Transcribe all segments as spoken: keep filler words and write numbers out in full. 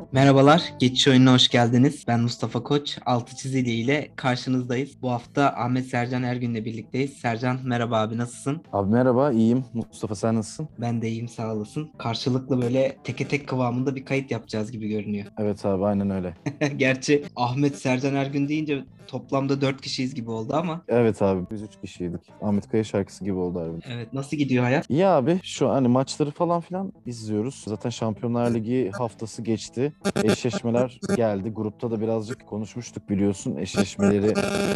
Merhabalar, Geçiş Oyununa hoş geldiniz. Ben Mustafa Koç, Altı Çizili ile karşınızdayız. Bu hafta Ahmet Sercan Ergün'le birlikteyiz. Sercan, merhaba abi, nasılsın? Abi merhaba, iyiyim. Mustafa sen nasılsın? Ben de iyiyim, sağ olasın. Karşılıklı böyle teke tek kıvamında bir kayıt yapacağız gibi görünüyor. Evet abi aynen öyle. Gerçi Ahmet Sercan Ergün deyince toplamda dört kişiyiz gibi oldu ama Evet abi biz üç kişiydik. Ahmet Kaya şarkısı gibi oldu abi. evet, nasıl gidiyor hayat? İyi abi şu hani maçları falan filan izliyoruz. Zaten Şampiyonlar Ligi haftası geçti. Eşleşmeler geldi. Grupta da birazcık konuşmuştuk biliyorsun. Eşleşmeleri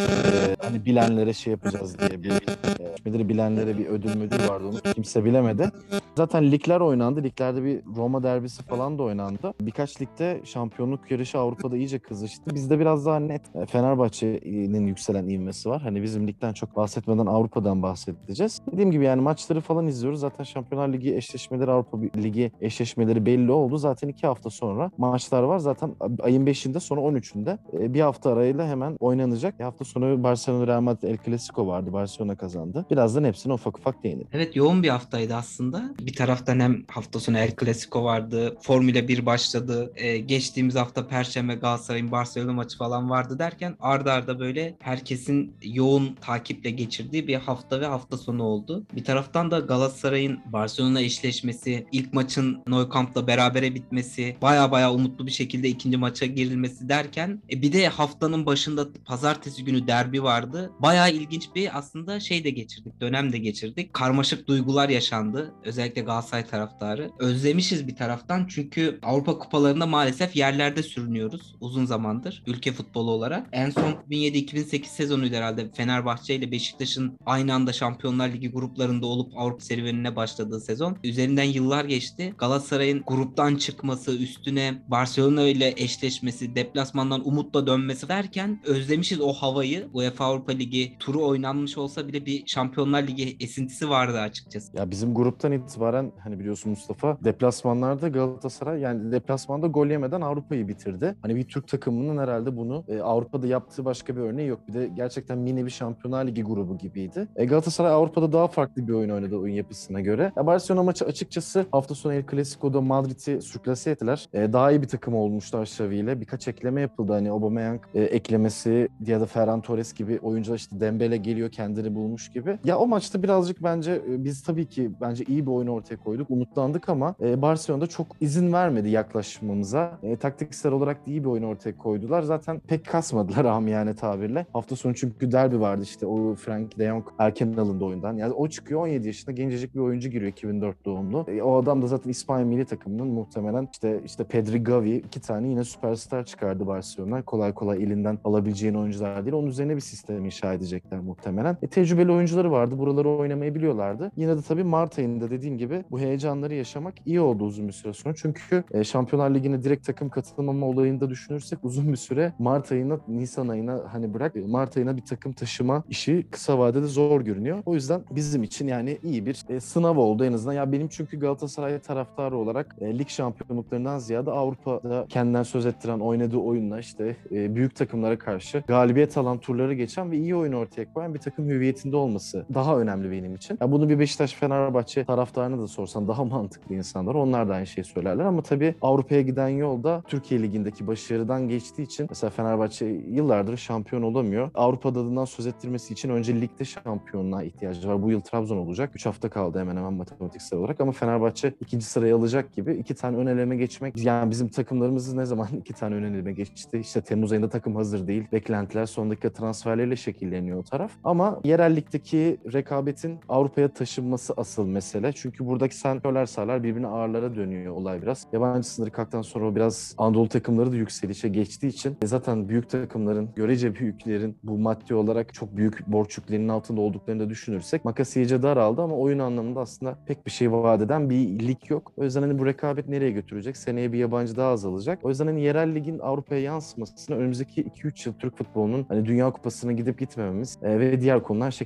e, hani bilenlere şey yapacağız diye bir e, eşleşmeleri bilenlere bir ödül müdül vardı onu kimse bilemedi. Zaten ligler oynandı. Liglerde bir Roma derbisi falan da oynandı. Birkaç ligde şampiyonluk yarışı Avrupa'da iyice kızıştı. Bizde biraz daha net e, Fenerbahçe'nin yükselen ivmesi var. Hani bizim ligden çok bahsetmeden Avrupa'dan bahsedeceğiz. Dediğim gibi yani maçları falan izliyoruz. Zaten Şampiyonlar Ligi eşleşmeleri, Avrupa Ligi eşleşmeleri belli oldu. Zaten iki hafta sonra maçlar var. Zaten ayın beşinde sonra on üçünde e, bir hafta arayla hemen oynanacak. Bir hafta sonu Barcelona Real Madrid El Clasico vardı. Barcelona kazandı. Birazdan hepsine ufak ufak değinelim. Evet, yoğun bir haftaydı aslında. Bir taraftan hem hafta sonu El Clasico vardı, Formula bir başladı, Ee, geçtiğimiz hafta Perşembe Galatasaray'ın Barcelona maçı falan vardı derken arda arda böyle herkesin yoğun takiple geçirdiği bir hafta ve hafta sonu oldu. Bir taraftan da Galatasaray'ın Barcelona eşleşmesi, ilk maçın Nou Camp'la berabere bitmesi, baya baya umutlu bir şekilde ikinci maça girilmesi derken e, bir de haftanın başında pazartesi günü derbi vardı. Baya ilginç bir aslında şey de geçirdik, dönem de geçirdik. Karmaşık duygular yaşandı. Özellikle Galatasaray taraftarı. Özlemişiz bir taraftan çünkü Avrupa kupalarında maalesef yerlerde sürünüyoruz uzun zamandır ülke futbolu olarak. En son iki bin yedi iki bin sekiz sezonuydu herhalde Fenerbahçe ile Beşiktaş'ın aynı anda Şampiyonlar Ligi gruplarında olup Avrupa serüvenine başladığı sezon. Üzerinden yıllar geçti. Galatasaray'ın gruptan çıkması, üstüne Barcelona ile eşleşmesi, deplasmandan umutla dönmesi derken özlemişiz o havayı. UEFA Avrupa Ligi turu oynanmış olsa bile bir Şampiyonlar Ligi esintisi vardı açıkçası. Ya bizim gruptan itibaren hani biliyorsun Mustafa deplasmanlarda Galatasaray yani deplasmanda gol yemeden Avrupa'yı bitirdi. Hani bir Türk takımının herhalde bunu e, Avrupa'da yaptığı başka bir örneği yok. Bir de gerçekten mini bir Şampiyonlar Ligi grubu gibiydi. E, Galatasaray Avrupa'da daha farklı bir oyun oynadı oyun yapısına göre. Ya Barcelona maçı açıkçası hafta sonu El Clasico'da Madrid'i sürklase ettiler. E, daha iyi bir takım olmuştu Aşavi ile. Birkaç ekleme yapıldı. Hani Aubameyang e, eklemesi ya da Ferran Torres gibi oyuncular işte Dembele geliyor kendini bulmuş gibi. Ya o maçta birazcık bence e, biz tabii ki bence iyi bir oyun ortaya koyduk. Umutlandık ama e, Barcelona'da çok izin vermedi yaklaşmamıza. E, taktiksel olarak da iyi bir oyun ortaya koydular. Zaten pek kasmadılar amiyane tabirle. Hafta sonu çünkü derbi vardı işte. O Frank de Jong erken alındı oyundan. Yani o çıkıyor on yedi yaşında gencecik bir oyuncu giriyor iki bin dört doğumlu. E, o adam da zaten İspanya milli takımının muhtemelen işte işte Pedri, Gavi iki tane yine süperstar çıkardı Barcelona. Kolay kolay elinden alabileceğin oyuncular değil. Onun üzerine bir sistem inşa edecekler muhtemelen. E, tecrübeli oyuncuları vardı. Buraları oynamayı biliyorlardı. Yine de tabii Mart ayında dediğim gibi bu heyecanları yaşamak iyi oldu uzun bir süre sonra. Çünkü e, Şampiyonlar Ligi'ne direkt takım katılmama olayını da düşünürsek uzun bir süre Mart ayına, Nisan ayına hani bırak Mart ayına bir takım taşıma işi kısa vadede zor görünüyor. O yüzden bizim için yani iyi bir e, sınav oldu en azından. Ya benim çünkü Galatasaray taraftarı olarak e, lig şampiyonluklarından ziyade Avrupa'da kendinden söz ettiren oynadığı oyunla işte e, büyük takımlara karşı galibiyet alan turları geçen ve iyi oyun ortaya koyan bir takım hüviyetinde olması daha önemli benim için. Ya bunu bir Beşiktaş Fenerbahçe taraftarına da sorsan daha mantıklı insanlar. Onlar da aynı şeyi söylerler ama tabii Avrupa'ya giden yolda Türkiye Ligi'ndeki başarıdan geçtiği için mesela Fenerbahçe yıllardır şampiyon olamıyor. Avrupa adından söz ettirmesi için önce ligde şampiyonluğa ihtiyacı var. Bu yıl Trabzon olacak. üç hafta kaldı hemen hemen matematiksel olarak ama Fenerbahçe ikinci sırayı alacak gibi iki tane ön eleme geçmek yani bizim takımlarımız ne zaman iki tane ön eleme geçti? İşte Temmuz ayında takım hazır değil. Beklentiler son dakika transferleriyle şekilleniyor o taraf. Ama yerel ligdeki rekabetin Avrupa'ya taşınması asıl mesele. Çünkü buradaki sentörler sağlar birbirine ağırlara dönüyor olay biraz. Yabancı sınırı kalktıktan sonra o biraz Anadolu takımları da yükselişe geçtiği için e zaten büyük takımların, görece büyüklerin bu maddi olarak çok büyük borç yüklerinin altında olduklarını da düşünürsek makas iyice daraldı ama oyun anlamında aslında pek bir şey vaat eden bir lig yok. O yüzden hani bu rekabet nereye götürecek? Seneye bir yabancı daha azalacak. O yüzden hani yerel ligin Avrupa'ya yansımasını önümüzdeki iki üç yıl Türk futbolunun hani Dünya Kupası'na gidip gitmememiz e, ve diğer konular şekillendirecek.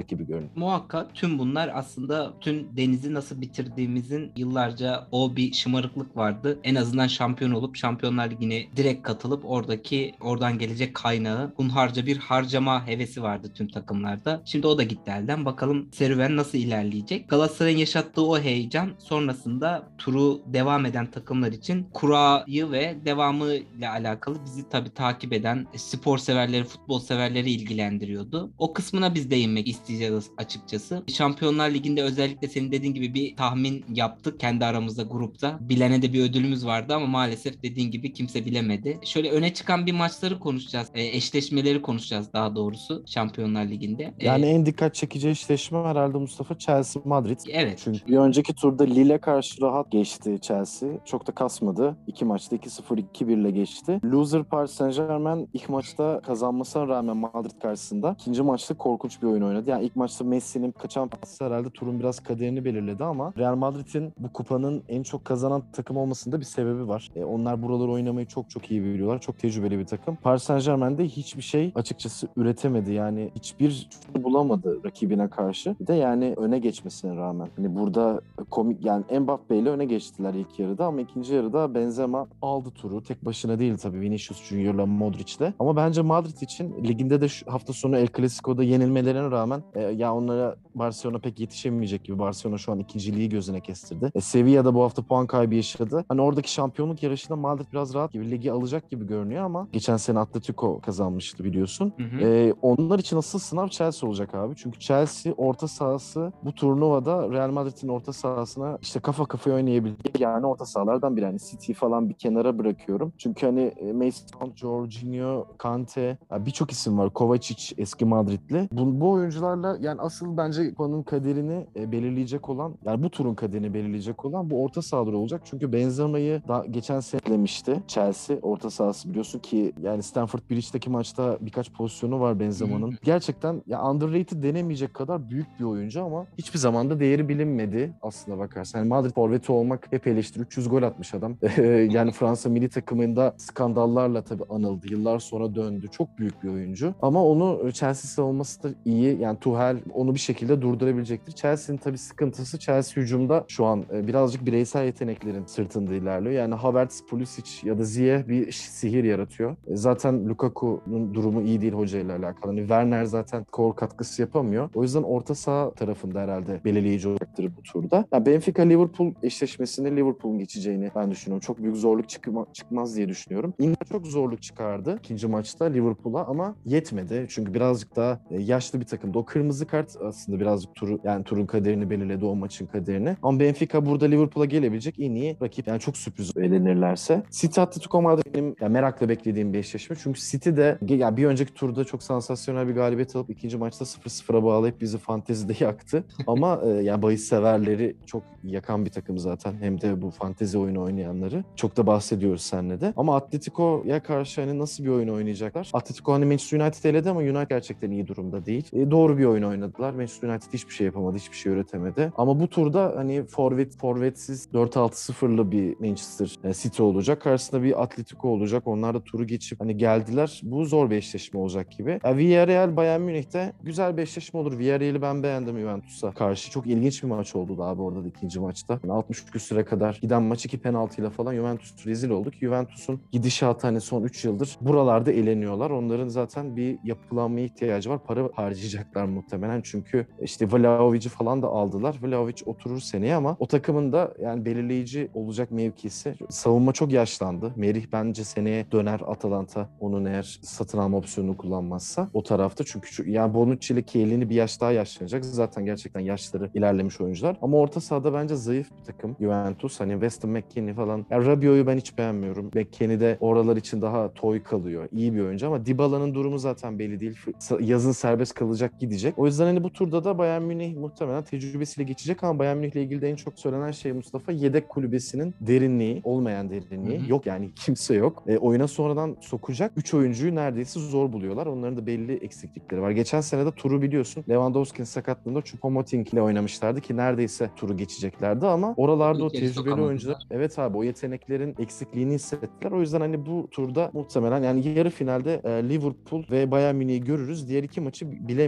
olacak gibi görünüyor. Muhakkak tüm bunlar aslında tüm Deniz'i nasıl bitirdiğimizin yıllarca o bir şımarıklık vardı. En azından şampiyon olup Şampiyonlar Ligi'ne direkt katılıp oradaki oradan gelecek kaynağı hunharca bir harcama hevesi vardı tüm takımlarda. Şimdi o da gitti elden. Bakalım serüven nasıl ilerleyecek? Galatasaray'ın yaşattığı o heyecan sonrasında turu devam eden takımlar için kurayı ve devamı ile alakalı bizi tabii takip eden spor severleri, futbol severleri ilgilendiriyordu. O kısmına biz değinmek isteyeceğiz açıkçası. Şampiyonlar Ligi'nde özellikle senin dediğin gibi bir tahmin yaptık kendi aramızda grupta. Bilene de bir ödülümüz vardı ama maalesef dediğin gibi kimse bilemedi. Şöyle öne çıkan bir maçları konuşacağız. E, eşleşmeleri konuşacağız daha doğrusu Şampiyonlar Ligi'nde. E, Yani en dikkat çekici eşleşme herhalde Mustafa Chelsea-Madrid. evet. Çünkü bir önceki turda Lille karşı rahat geçti Chelsea. Çok da kasmadı. İki maçta iki sıfır iki bir ile geçti. Loser Paris Saint-Germain ilk maçta kazanmasına rağmen Madrid karşısında ikinci maçta korkunç bir oyun oynadı. Yani ilk maçta Messi'nin kaçan pası herhalde turun biraz kaderini belirledi ama Real Madrid'in bu kupanın en çok kazanan takım olmasında bir sebebi var. E, onlar buraları oynamayı çok çok iyi biliyorlar. Çok tecrübeli bir takım. Paris Saint-Germain'de hiçbir şey açıkçası üretemedi. Yani hiçbir bulamadı rakibine karşı. Bir de yani öne geçmesine rağmen. Hani burada komik yani Mbappe ile öne geçtiler ilk yarıda ama ikinci yarıda Benzema aldı turu. Tek başına değil tabii Vinicius Junior'la Modric'le. Ama bence Madrid için liginde de şu hafta sonu El Clasico'da yenilmelerine rağmen e, ya onlara Barcelona pek yetişemeyecek gibi. Barcelona şu an ikinciliği gözüne kestirdi. E, Sevilla'da bu hafta puan kaybı yaşadı. Hani oradaki şampiyonluk yarışında Madrid biraz rahat gibi. Ligi alacak gibi görünüyor ama geçen sene Atletico kazanmıştı biliyorsun. Hı hı. E, onlar için asıl sınav Chelsea olacak abi. Çünkü Chelsea orta sahası bu turnuvada Real Madrid'in orta sahasına işte kafa kafaya oynayabilecek yani orta sahalardan biri. Yani City falan bir kenara bırakıyorum. Çünkü hani e, Mason Mount, Jorginho, Kante birçok isim var. Kovacic eski Madridli. Bu, bu oyuncularla yani asıl bence kupanın kaderini e, belirleyecek olan yani bu turun kaderini belirleyecek olan bu orta sahalar olacak. Çünkü Benzema'yı daha geçen sene elemişti Chelsea orta sahası biliyorsun ki yani Stamford Bridge'deki maçta birkaç pozisyonu var Benzema'nın. Gerçekten ya underrated denemeyecek kadar büyük bir oyuncu ama hiçbir zaman da değeri bilinmedi aslına bakarsan. Yani Madrid forveti olmak hep eleştiri. üç yüz gol atmış adam. Yani Fransa milli takımında skandallarla tabii anıldı. Yıllar sonra döndü. Çok büyük bir oyuncu. Ama onu Chelsea savunması da iyi. Yani Tuchel onu bir şekilde durdurabilecektir. Chelsea'nin tabii sıkıntısı Chelsea hücumda şu an birazcık bireysel yeteneklerin sırtında ilerliyor. Yani Havertz, Pulisic ya da Ziyech bir sihir yaratıyor. Zaten Lukaku'nun durumu iyi değil hocayla alakalı. Hani Werner zaten skor katkısı yapamıyor. O yüzden orta saha tarafında herhalde belirleyici olacaktır bu turda. Yani Benfica-Liverpool eşleşmesinde Liverpool'un geçeceğini ben düşünüyorum. Çok büyük zorluk çıkma, çıkmaz diye düşünüyorum. Inter çok zorluk çıkardı ikinci maçta Liverpool'a ama yetmedi. Çünkü birazcık daha yaşlı bir takımdı. O kırmızı kart aslında birazcık turu yani turun kaderini belirledi, o maçın kaderini. Ama Benfica burada Liverpool'a gelebilecek en iyi rakip. Yani çok sürpriz elenirlerse. City Atletico Madrid benim yani merakla beklediğim bir eşleşme. Çünkü City de yani bir önceki turda çok sansasyonel bir galibiyet alıp ikinci maçta sıfır sıfıra bağlayıp bizi fantezide yaktı. Ama e, yani bahis severleri çok yakan bir takım zaten. Hem de bu fantezi oyunu oynayanları. Çok da bahsediyoruz seninle de. Ama Atletico'ya karşı hani nasıl bir oyun oynayacaklar? Atletico hani Manchester United eledi ama United gerçekten iyi durumda değil. E, doğru bir oyun oynadılar. Manchester United hiçbir şey yapamadı. Hiçbir şey üretemedi. Ama bu turda hani forvet, forvetsiz dört altı sıfırlı bir Manchester City olacak. Karşısında bir Atletico olacak. Onlar da turu geçip hani geldiler. Bu zor bir eşleşme olacak gibi. Ya Villarreal Bayern Münih'te güzel bir eşleşme olur. Villarreal'i ben beğendim Juventus'a karşı. Çok ilginç bir maç oldu da abi orada da ikinci maçta. Yani altmış küsüre kadar giden maç iki penaltıyla falan Juventus rezil olduk. Juventus'un gidişatı hani son üç yıldır buralarda eleniyorlar. Onların zaten bir yapılanmaya ihtiyacı var. Para harcayacaklar muhtemelen. Çünkü işte Vlahovic'i falan da aldılar. Vlahovic oturur seneye ama o takımın da yani belirleyici olacak mevkisi. Savunma çok yaşlandı. Merih bence seneye döner Atalanta. Onun eğer satın alma opsiyonunu kullanmazsa o tarafta. Çünkü şu, yani Bonucci ile Chiellini bir yaş daha yaşlanacak. Zaten gerçekten yaşları ilerlemiş oyuncular. Ama orta sahada bence zayıf bir takım Juventus. Hani Weston McKennie falan. Yani Rabiot'u ben hiç beğenmiyorum. McKennie de oralar için daha toy kalıyor. İyi bir oyuncu ama Dybala'nın durumu zaten belli değil. Yazın serbest kalacak, gidecek. O yüzden hani bu turda da Bayern Münih muhtemelen tecrübesiyle geçecek ama Bayern Münih ile ilgili de en çok söylenen şey Mustafa yedek kulübesinin derinliği, olmayan derinliği. Hı hı. Yok yani kimse yok. E, oyuna sonradan sokacak üç oyuncuyu neredeyse zor buluyorlar. Onların da belli eksiklikleri var. Geçen sene de turu biliyorsun Lewandowski'nin sakatlığında Choupo-Moting ile oynamışlardı ki neredeyse turu geçeceklerdi ama oralarda o tecrübeli oyuncular evet abi o yeteneklerin eksikliğini hissettiler. O yüzden hani bu turda muhtemelen yani yarı finalde e, Liverpool ve Bayern Münih'i görürüz. Diğer iki maçı bilemiyorum. Yani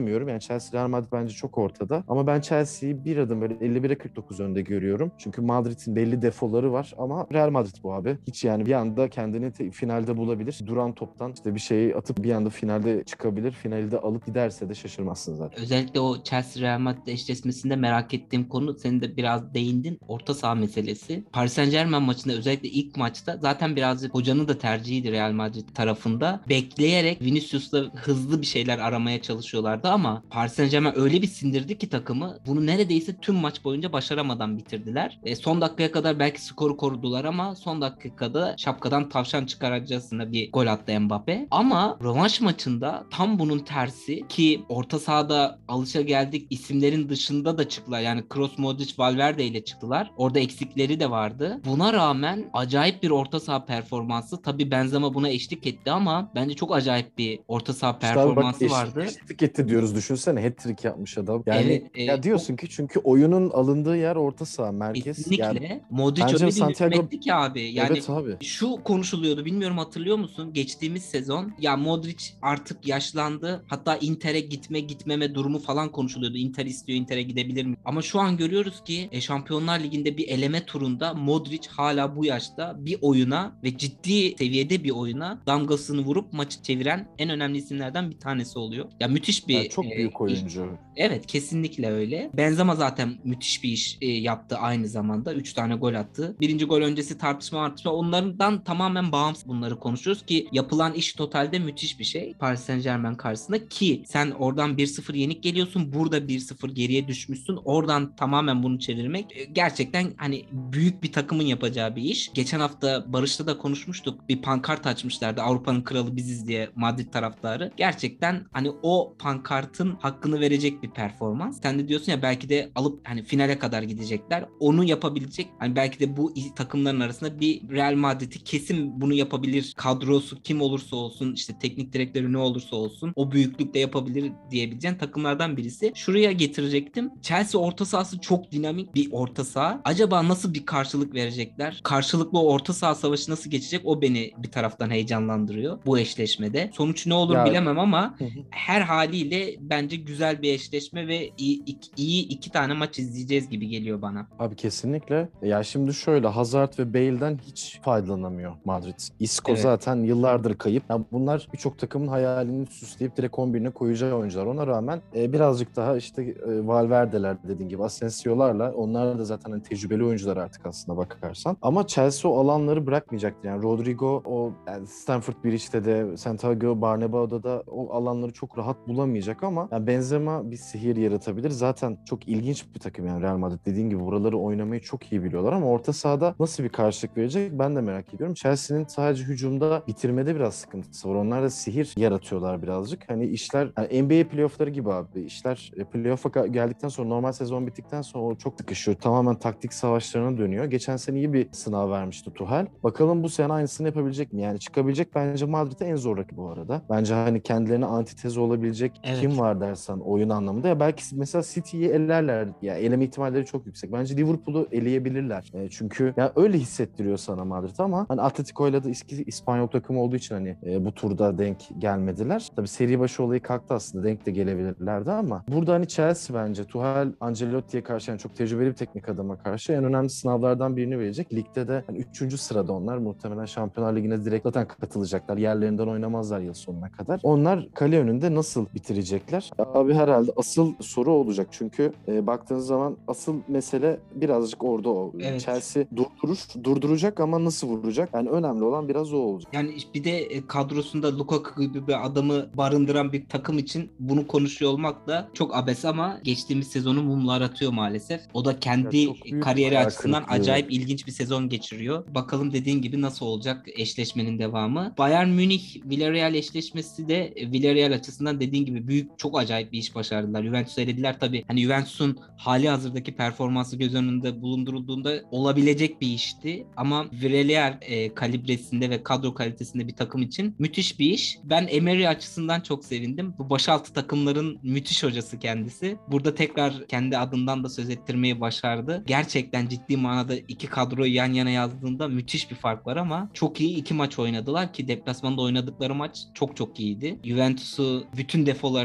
Chelsea Real Madrid bence çok ortada. Ama ben Chelsea'yi bir adım böyle elli bire kırk dokuz önde görüyorum. Çünkü Madrid'in belli defoları var ama Real Madrid bu abi. Hiç yani bir anda kendini te- finalde bulabilir. Duran toptan işte bir şeyi atıp bir anda finalde çıkabilir. Finali de alıp giderse de şaşırmazsın zaten. Özellikle o Chelsea Real Madrid eşleşmesinde merak ettiğim konu, senin de biraz değindin, orta saha meselesi. Paris Saint-Germain maçında, özellikle ilk maçta zaten birazcık hocanın da tercihiydi Real Madrid tarafında. Bekleyerek Vinicius'la hızlı bir şeyler aramaya çalışıyorlardı ama Paris Saint-Germain öyle bir sindirdi ki takımı, bunu neredeyse tüm maç boyunca başaramadan bitirdiler. E, son dakikaya kadar belki skoru korudular ama son dakikada şapkadan tavşan çıkaracağısına bir gol attı Mbappe. Ama rövanş maçında tam bunun tersi, ki orta sahada alışageldik isimlerin dışında da çıktılar. Yani Kroos, Modric, Valverde ile çıktılar. Orada eksikleri de vardı. Buna rağmen acayip bir orta saha performansı. Tabii Benzema buna eşlik etti ama bence çok acayip bir orta saha İşte abi bak performansı eş, vardı. eşitlik etti diyoruz. Düşünsene hat-trick yapmış adam. Yani Evet, e, ya çok diyorsun ki çünkü oyunun alındığı yer orta saha, merkez. Yani kesinlikle. Modric bence öyle bir hücum Santiago etti ki abi. Yani evet abi. şu konuşuluyordu, bilmiyorum hatırlıyor musun? Geçtiğimiz sezon ya Modric artık yaşlandı. Hatta Inter'e gitme gitmeme durumu falan konuşuluyordu. Inter istiyor, Inter'e gidebilir mi? Ama şu an görüyoruz ki e, Şampiyonlar Ligi'nde bir eleme turunda Modric hala bu yaşta bir oyuna ve ciddi seviyede bir oyuna damgasını vurup maçı çeviren en önemli isimlerden bir tanesi oluyor. Ya müthiş Ya bir çok e, büyük iş. oyuncu. Evet, kesinlikle öyle. Benzema zaten müthiş bir iş e, yaptı aynı zamanda. Üç tane gol attı. Birinci gol öncesi tartışma tartışma onlardan tamamen bağımsız bunları konuşuyoruz ki yapılan iş totalde müthiş bir şey. Paris Saint-Germain karşısında, ki sen oradan bir sıfır yenik geliyorsun. Burada bir sıfır geriye düşmüşsün. Oradan tamamen bunu çevirmek e, gerçekten hani büyük bir takımın yapacağı bir iş. Geçen hafta Barış'ta da konuşmuştuk. Bir pankart açmışlardı. Avrupa'nın kralı biziz diye, Madrid taraftarı. Gerçekten hani o pankartın hakkını verecek bir performans. Sen de diyorsun ya belki de alıp hani finale kadar gidecekler. Onu yapabilecek hani belki de bu takımların arasında bir Real Madrid'i kesin bunu yapabilir. Kadrosu kim olursa olsun, işte teknik direktörü ne olursa olsun o büyüklükte yapabilir diyebileceğin takımlardan birisi. Şuraya getirecektim. Chelsea orta sahası çok dinamik bir orta saha. Acaba nasıl bir karşılık verecekler? Karşılıklı o orta saha savaşı nasıl geçecek? O beni bir taraftan heyecanlandırıyor bu eşleşmede. Sonuç ne olur Ya bilemem ama her haliyle bence güzel bir eşleşme ve iyi, iyi iki tane maç izleyeceğiz gibi geliyor bana. abi kesinlikle. Ya şimdi şöyle Hazard ve Bale'den hiç faydalanamıyor Madrid. Isco Evet. zaten yıllardır kayıp. Ya bunlar birçok takımın hayalini süsleyip direkt on birine koyacağı oyuncular. Ona rağmen e, birazcık daha işte e, Valverde'ler dediğin gibi Asensio'larla, onlar da zaten hani tecrübeli oyuncular artık aslında bakarsan. Ama Chelsea o alanları bırakmayacaktır. Yani Rodrigo o yani Stamford Bridge'de de Santiago Bernabéu'da da o alanları çok rahat bulamayacak ama yani Benzema bir sihir yaratabilir. Zaten çok ilginç bir takım yani Real Madrid. Dediğin gibi buraları oynamayı çok iyi biliyorlar ama orta sahada nasıl bir karşılık verecek ben de merak ediyorum. Chelsea'nin sadece hücumda bitirmede biraz sıkıntısı var. Onlar da sihir yaratıyorlar birazcık. Hani işler yani N B A playoff'ları gibi abi. İşler e, playoff'a geldikten sonra, normal sezon bittikten sonra o çok sıkışıyor. Tamamen taktik savaşlarına dönüyor. Geçen sene iyi bir sınav vermişti Tuchel. Bakalım bu sene aynısını yapabilecek mi? Yani çıkabilecek bence Madrid'e en zor rakip bu arada. Bence hani kendilerine antitez olabilecek kim Evet. var dersen oyun anlamında. Ya belki mesela City'yi ellerler. Ya eleme ihtimalleri çok yüksek. Bence Liverpool'u eleyebilirler. E, çünkü ya öyle hissettiriyor sana Madrid ama hani Atletico'yla da eski İspanyol takımı olduğu için hani e, bu turda denk gelmediler. Tabii seri başı olayı kalktı aslında. Denk de gelebilirlerdi ama burada hani Chelsea bence Tuchel Ancelotti'ye karşı yani çok tecrübeli bir teknik adama karşı en önemli sınavlardan birini verecek. Ligde de hani üçüncü sırada onlar. Muhtemelen Şampiyonlar Ligi'ne direkt zaten katılacaklar. Yerlerinden oynamazlar yıl sonuna kadar. Onlar kale önünde nasıl bitirecekler? Abi herhalde asıl soru olacak. Çünkü e, baktığınız zaman asıl mesele birazcık orada o. Evet. Chelsea durdurur, durduracak ama nasıl vuracak? Yani önemli olan biraz o olacak. Yani bir de e, kadrosunda Lukaku gibi bir adamı barındıran bir takım için bunu konuşuyor olmak da çok abes ama geçtiğimiz sezonu mumlar atıyor maalesef. O da Ya kendi çok büyük kariyeri hayal açısından kırıklığı. acayip ilginç bir sezon geçiriyor. Bakalım dediğin gibi nasıl olacak eşleşmenin devamı. Bayern Münih Villarreal eşleşmesi de e, Villarreal açısından dediğin gibi büyük, çok acayip bir iş başardılar. Juventus'u elediler tabii. Hani Juventus'un hali hazırdaki performansı göz önünde bulundurulduğunda olabilecek bir işti ama Villarreal e, kalibresinde ve kadro kalitesinde bir takım için müthiş bir iş. Ben Emery açısından çok sevindim. Bu başaltı takımların müthiş hocası kendisi. Burada tekrar kendi adından da söz ettirmeyi başardı. Gerçekten ciddi manada iki kadroyu yan yana yazdığında müthiş bir fark var ama çok iyi iki maç oynadılar ki deplasmanda oynadıkları maç çok çok iyiydi. Juventus'u bütün defolarını ortaya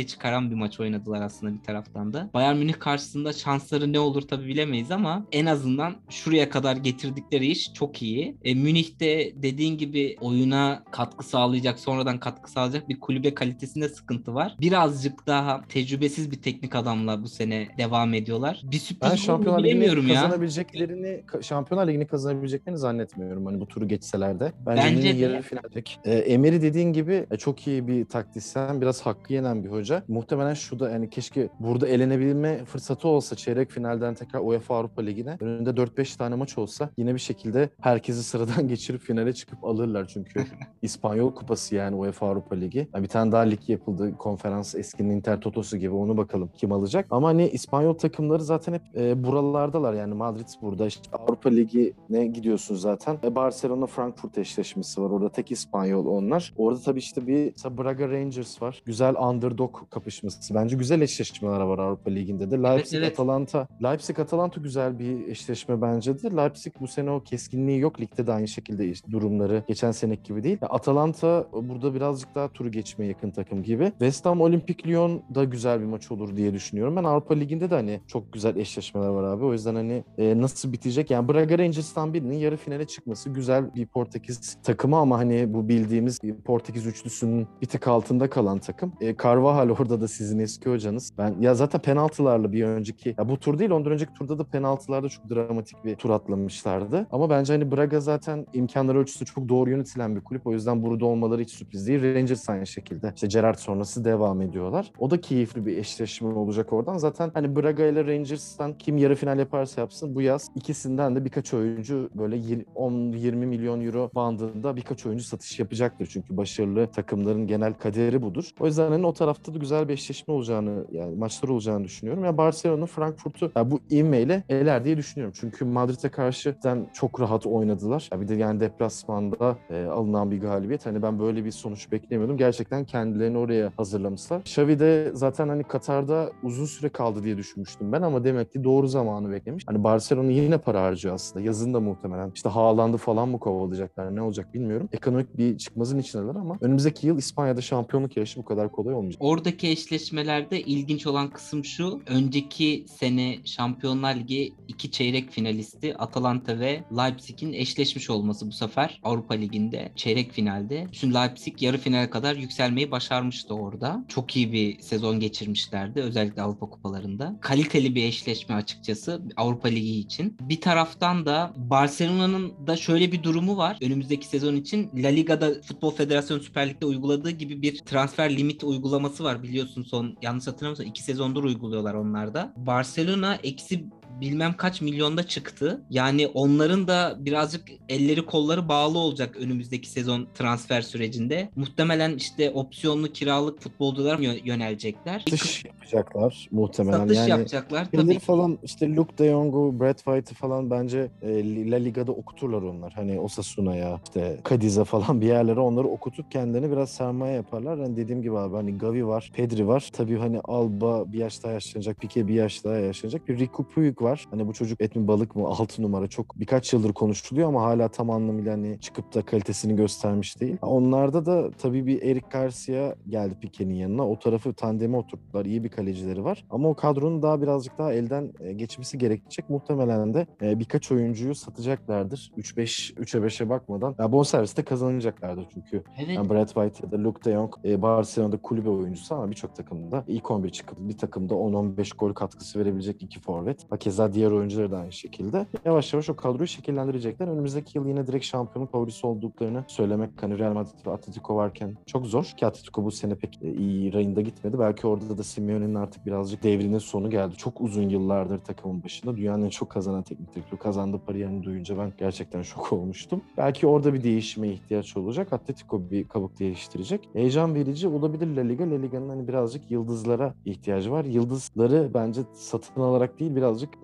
çıkaran bir maç oynadılar aslında bir taraftan da. Bayern Münih karşısında şansları ne olur tabii bilemeyiz ama en azından şuraya kadar getirdikleri iş çok iyi. E, Münih'te dediğin gibi oyuna katkı sağlayacak, sonradan katkı sağlayacak bir kulübe kalitesinde sıkıntı var. Birazcık daha tecrübesiz bir teknik adamla bu sene devam ediyorlar. Bir Ben sürpriz olur mu Şampiyonlar Ligi'ni bilemiyorum ya. kazanabileceklerini, ka- Şampiyonlar Ligi'ni kazanabileceklerini zannetmiyorum. Hani bu turu geçseler de. Bence Bence Münih yarı de. finaldeki. E, Emery dediğin gibi e, çok iyi bir taktisyen, biraz hakkı yenen bir hoca. Muhtemelen şu da yani keşke burada elenebilme fırsatı olsa çeyrek finalden tekrar UEFA Avrupa Ligi'ne. Önünde dört beş tane maç olsa yine bir şekilde herkesi sıradan geçirip finale çıkıp alırlar. Çünkü İspanyol Kupası yani UEFA Avrupa Ligi. Yani bir tane daha lig yapıldı. Konferans eskinin Inter Totosu gibi, onu bakalım kim alacak. Ama hani İspanyol takımları zaten hep e, buralardalar. Yani Madrid burada. İşte Avrupa Ligi'ne gidiyorsun zaten. E, Barcelona Frankfurt eşleşmesi var. Orada tek İspanyol onlar. Orada tabii işte bir Braga Rangers var. Güzel underdog kapışması. Bence güzel eşleşmeler var Avrupa Ligi'nde de. Evet, Leipzig evet. Atalanta. Leipzig Atalanta güzel bir eşleşme bence de. Leipzig bu sene o keskinliği yok. Ligde de aynı şekilde durumları geçen seneki gibi değil. Ya Atalanta burada birazcık daha turu geçmeye yakın takım gibi. West Ham Olympique Lyon da güzel bir maç olur diye düşünüyorum. Ben Avrupa Ligi'nde de hani çok güzel eşleşmeler var abi. O yüzden hani e, nasıl bitecek? Yani Braga Rangers'tan birinin yarı finale çıkması güzel bir Portekiz takımı ama hani bu bildiğimiz Portekiz üçlüsünün bir tık altında kalan takım. E, Carvajal orada da sizin eski hocanız. Ben ya zaten penaltılarla bir önceki, ya bu tur değil ondan önceki turda da penaltılarda çok dramatik bir tur atlamışlardı. Ama bence hani Braga zaten imkanlar ölçüsü çok doğru yönetilen bir kulüp. O yüzden burada olmaları hiç sürpriz değil. Rangers aynı şekilde. İşte Gerrard sonrası devam ediyorlar. O da keyifli bir eşleşme olacak oradan. Zaten hani Braga ile Rangers'tan kim yarı final yaparsa yapsın bu yaz ikisinden de birkaç oyuncu böyle on yirmi milyon euro bandında birkaç oyuncu satış yapacaktır. Çünkü başarılı takımların genel kaderi budur. O yüzden hani o tarafta da güzel bir eşleşme olacağını, yani maçlar olacağını düşünüyorum. Ya Barcelona Frankfurt'u ya bu ivmeyle eler diye düşünüyorum. Çünkü Madrid'e karşı çok rahat oynadılar. Ya bir de yani deplasmanda e, alınan bir galibiyet. Hani ben böyle bir sonuç beklemiyordum. Gerçekten kendilerini oraya hazırlamışlar. Xavi de zaten hani Katar'da uzun süre kaldı diye düşünmüştüm ben ama demek ki doğru zamanı beklemiş. Hani Barcelona yine para harcıyor aslında. Yazın da muhtemelen işte Haaland'ı falan mı kovalayacaklar, ne olacak bilmiyorum. Ekonomik bir çıkmazın içindeler ama önümüzdeki yıl İspanya'da şampiyonluk yarışı bu kadar kolay olmayacak. Oradaki eşleşmelerde ilginç olan kısım şu. Önceki sene Şampiyonlar Ligi iki çeyrek finalisti Atalanta ve Leipzig'in eşleşmiş olması bu sefer Avrupa Ligi'nde çeyrek finalde. Şimdi Leipzig yarı finale kadar yükselmeyi başarmıştı orada. Çok iyi bir sezon geçirmişlerdi özellikle Avrupa kupalarında. Kaliteli bir eşleşme açıkçası Avrupa Ligi için. Bir taraftan da Barcelona'nın da şöyle bir durumu var. Önümüzdeki sezon için La Liga'da Futbol Federasyonu Süper Lig'de uyguladığı gibi bir transfer limit uygulaması var biliyorsun, son yanlış hatırlamıyorsam iki sezondur uyguluyorlar onlar da. Barcelona eksi bilmem kaç milyonda çıktı. Yani onların da birazcık elleri kolları bağlı olacak önümüzdeki sezon transfer sürecinde. Muhtemelen işte opsiyonlu kiralık futbolculara yö- yönelecekler. Satış yapacaklar muhtemelen. Satış Yani yapacaklar şeyleri tabii ki. falan işte Luke de Jong'u, Brad White'ı falan bence e, La Liga'da okuturlar onlar. Hani Osasuna'ya, işte Cadiz'e falan bir yerlere onları okutup kendilerine biraz sermaye yaparlar. Hani dediğim gibi abi hani Gavi var, Pedri var. Tabii hani Alba bir yaş daha yaşlanacak, Pique bir yaş daha yaşlanacak. Bir Rico Puig var. Hani bu çocuk et mi balık mı altı numara, çok birkaç yıldır konuşuluyor ama hala tam anlamıyla hani çıkıp da kalitesini göstermiş değil. Onlarda da tabii bir Eric Garcia geldi Pique'nin yanına. O tarafı tandeme oturttular. İyi bir kalecileri var. Ama o kadronun daha birazcık daha elden e, geçmesi gerekecek. Muhtemelen de e, birkaç oyuncuyu satacaklardır. üç beş üçe beşe bakmadan. Ya bonserviste kazanacaklardır çünkü. Evet. Yani Brad White ya da Luke de Jong e, Barcelona'da kulübe oyuncusu ama birçok takımda ilk on bir çıkıp bir takımda on on beş gol katkısı verebilecek iki forvet. Hakeza diğer oyuncuları da aynı şekilde. Yavaş yavaş o kadroyu şekillendirecekler. Önümüzdeki yıl yine direkt şampiyonluk favorisi olduklarını söylemek hani Real Madrid ve Atletico varken çok zor. Ki Atletico bu sene pek e, iyi rayında gitmedi. Belki orada da Simeone'nin artık birazcık devrinin sonu geldi. Çok uzun yıllardır takımın başında. Dünyanın en çok kazanan teknik direktörü, kazandığı parayı duyunca ben gerçekten şok olmuştum. Belki orada bir değişime ihtiyaç olacak. Atletico bir kabuk değiştirecek. Heyecan verici olabilir La Liga. La Liga'nın hani birazcık yıldızlara ihtiyacı var. Yıldızları bence satın alarak değil birazcık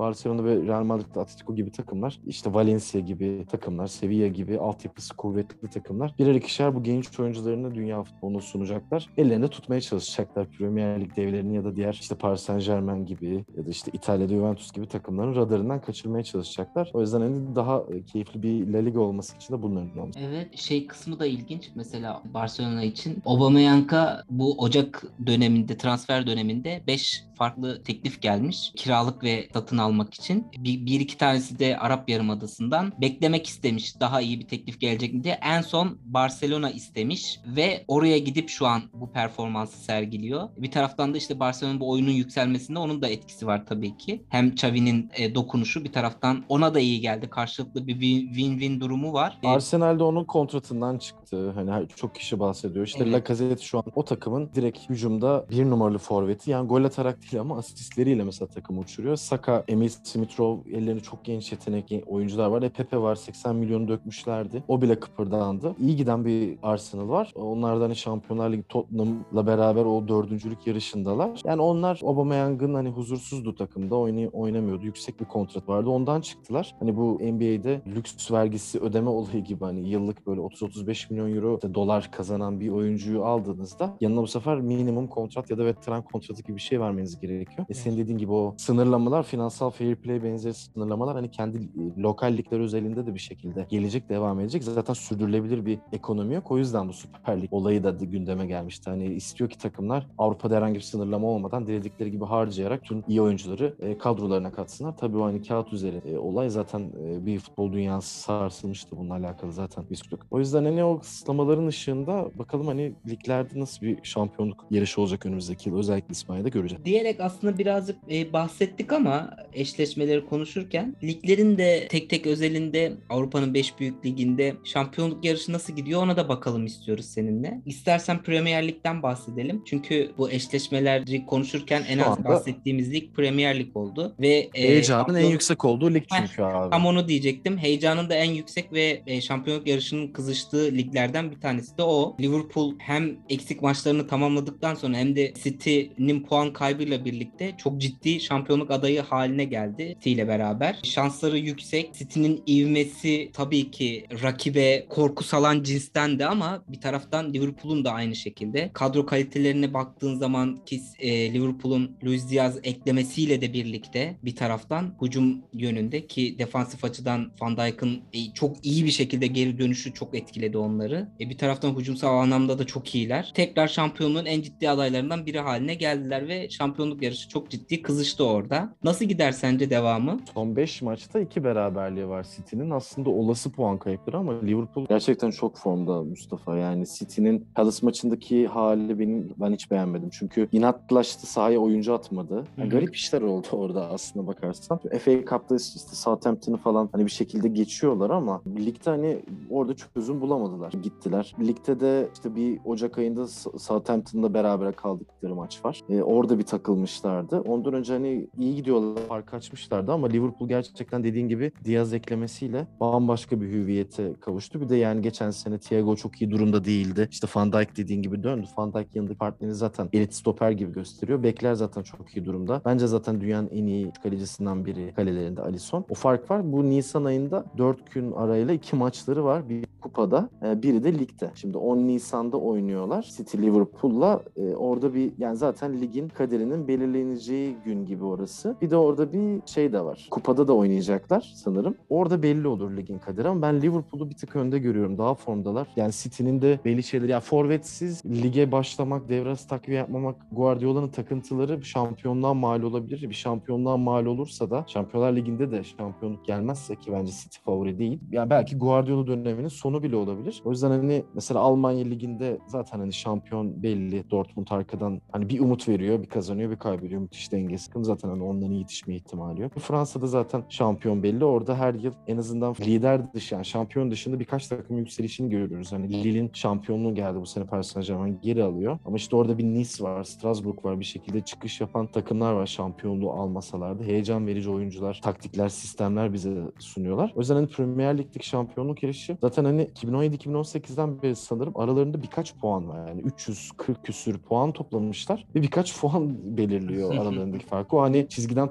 Barcelona ve Real Madrid, Atletico gibi takımlar, işte Valencia gibi takımlar, Sevilla gibi altyapısı kuvvetli takımlar birer ikişer bu genç oyuncularını dünya futboluna sunacaklar. Ellerinde tutmaya çalışacaklar Premier Lig devlerini ya da diğer işte Paris Saint-Germain gibi ya da işte İtalya'da Juventus gibi takımların radarından kaçırmaya çalışacaklar. O yüzden hani daha keyifli bir La Liga olması için de bunların olması. Evet, şey kısmı da ilginç. Mesela Barcelona için Aubameyang'a bu Ocak döneminde, transfer döneminde beş farklı teklif gelmiş. Kiralık ve satın almak için. Bir, bir iki tanesi de Arap Yarımadası'ndan. Beklemek istemiş. Daha iyi bir teklif gelecek mi diye. En son Barcelona istemiş ve oraya gidip şu an bu performansı sergiliyor. Bir taraftan da işte Barcelona'nın bu oyunun yükselmesinde onun da etkisi var tabii ki. Hem Xavi'nin e, dokunuşu bir taraftan ona da iyi geldi. Karşılıklı bir win-win durumu var. E, Arsenal'de onun kontratından çıktı. Hani her- çok kişi bahsediyor. İşte evet. Lacazette şu an o takımın direkt hücumda bir numaralı forveti. Yani gol atarak değil ama asistleriyle mesela takımı uçuruyor. Saka, Emil Smith-Rowe ellerinde çok genç yetenekli oyuncular var. E Pepe var. seksen milyonu dökmüşlerdi. O bile kıpırdandı. İyi giden bir Arsenal var. Onlardan hani Şampiyonlar Ligi Tottenham'la beraber o dördüncülük yarışındalar. Yani onlar Aubameyang'ın hani huzursuzdu takımda. Oynay oynamıyordu. Yüksek bir kontrat vardı. Ondan çıktılar. Hani bu N B A'de lüks vergisi ödeme olayı gibi hani yıllık böyle otuz otuz beş milyon euro işte dolar kazanan bir oyuncuyu aldığınızda yanına bu sefer minimum kontrat ya da veteran kontratı gibi bir şey vermeniz gerekiyor. E senin dediğin gibi o sınırlamalar, finansal fair play benzeri sınırlamalar hani kendi e, lokal ligler özelinde de bir şekilde gelecek, devam edecek. Zaten sürdürülebilir bir ekonomi yok. O yüzden bu Süper Lig olayı da gündeme gelmişti. Hani istiyor ki takımlar Avrupa'da herhangi bir sınırlama olmadan diledikleri gibi harcayarak tüm iyi oyuncuları e, kadrolarına katsınlar. Tabii o hani kağıt üzeri e, olay zaten e, bir futbol dünyası sarsılmıştı bununla alakalı zaten biz kurduk. O yüzden hani o kısıtlamaların ışığında bakalım hani liglerde nasıl bir şampiyonluk yarışı olacak önümüzdeki yıl. Özellikle İspanya'da göreceğiz. Diyerek aslında birazcık e, bahsettik ama eşleşmeleri konuşurken liglerin de tek tek özelinde Avrupa'nın beş büyük liginde şampiyonluk yarışı nasıl gidiyor ona da bakalım istiyoruz seninle. İstersen Premier Lig'den bahsedelim. Çünkü bu eşleşmeleri konuşurken en Şu az anda bahsettiğimiz lig Premier Lig oldu ve e, heyecanın en şampiyon yüksek olduğu lig Heh, çünkü abi. tam onu diyecektim. Heyecanın da en yüksek ve e, şampiyonluk yarışının kızıştığı liglerden bir tanesi de o. Liverpool hem eksik maçlarını tamamladıktan sonra hem de City'nin puan kaybıyla birlikte çok ciddi şampiyonluk adayı haline geldi City ile beraber. Şansları yüksek. City'nin ivmesi tabii ki rakibe korku salan cinstendi ama bir taraftan Liverpool'un da aynı şekilde. Kadro kalitelerine baktığın zaman ki e, Liverpool'un Luis Diaz eklemesiyle de birlikte bir taraftan hücum yönünde ki defansif açıdan Van Dijk'ın e, çok iyi bir şekilde geri dönüşü çok etkiledi onları. E, bir taraftan hücumsal anlamda da çok iyiler. Tekrar şampiyonluğun en ciddi adaylarından biri haline geldiler ve şampiyonluk yarışı çok ciddi kızıştı orada. Nasıl gider sence devamı? Son beş maçta iki beraberliği var City'nin. Aslında olası puan kayıpları ama Liverpool gerçekten çok formda Mustafa. Yani City'nin Palace maçındaki hali benim ben hiç beğenmedim. Çünkü inatlaştı, sahaya oyuncu atmadı. Hı Yani hı. garip işler oldu orada aslında bakarsan. F A Cup'ta işte Southampton'ı falan hani bir şekilde geçiyorlar ama ligde hani orada çözüm bulamadılar. Gittiler. Ligde de işte bir Ocak ayında Southampton'la beraber kaldıkları maç var. Ee, orada bir takılmışlardı. Ondan önce hani iyi gidiyorlar, fark açmışlardı ama Liverpool gerçekten dediğin gibi Diaz eklemesiyle bambaşka bir hüviyete kavuştu. Bir de yani geçen sene Thiago çok iyi durumda değildi. İşte Van Dijk dediğin gibi döndü. Van Dijk yanındaki partnerini zaten elit stoper gibi gösteriyor. Bekler zaten çok iyi durumda. Bence zaten dünyanın en iyi kalecisinden biri kalelerinde Alisson. O fark var. Bu Nisan ayında dört gün arayla iki maçları var. Bir kupada, biri de ligde. Şimdi on Nisan'da oynuyorlar City Liverpool'la. Orada bir yani zaten ligin kaderinin belirleneceği gün gibi orası. Bir de orada bir şey de var. Kupada da oynayacaklar sanırım. Orada belli olur ligin kaderi ama ben Liverpool'u bir tık önde görüyorum. Daha formdalar. Yani City'nin de belli şeyleri. Yani forvetsiz lige başlamak, devre arası takviye yapmamak Guardiola'nın takıntıları şampiyonluğa mal olabilir. Bir şampiyonluğa mal olursa da Şampiyonlar Ligi'nde de şampiyonluk gelmezse ki bence City favori değil. Yani belki Guardiola döneminin sonu bile olabilir. O yüzden hani mesela Almanya Ligi'nde zaten hani şampiyon belli. Dortmund arkadan hani bir umut veriyor, bir kazanıyor, bir kaybediyor. Müthiş dengesi. Zaten hani onların yetişme ihtimali yok. Fransa'da zaten şampiyon belli. Orada her yıl en azından lider dışı yani şampiyon dışında birkaç takım yükselişini görüyoruz. Hani Lille'in şampiyonluğu geldi bu sene, Paris Saint-Germain geri alıyor. Ama işte orada bir Nice var, Strasbourg var. Bir şekilde çıkış yapan takımlar var şampiyonluğu almasalar da. Heyecan verici oyuncular, taktikler, sistemler bize sunuyorlar. O yüzden hani Premier Lig'deki şampiyonluk yarışı zaten hani iki bin on yedi iki bin on sekizden beri sanırım aralarında birkaç puan var. Yani üç yüz kırk küsür puan toplamışlar ve birkaç puan belirliyor aralarındaki farkı. O hani çizgiden top çıkan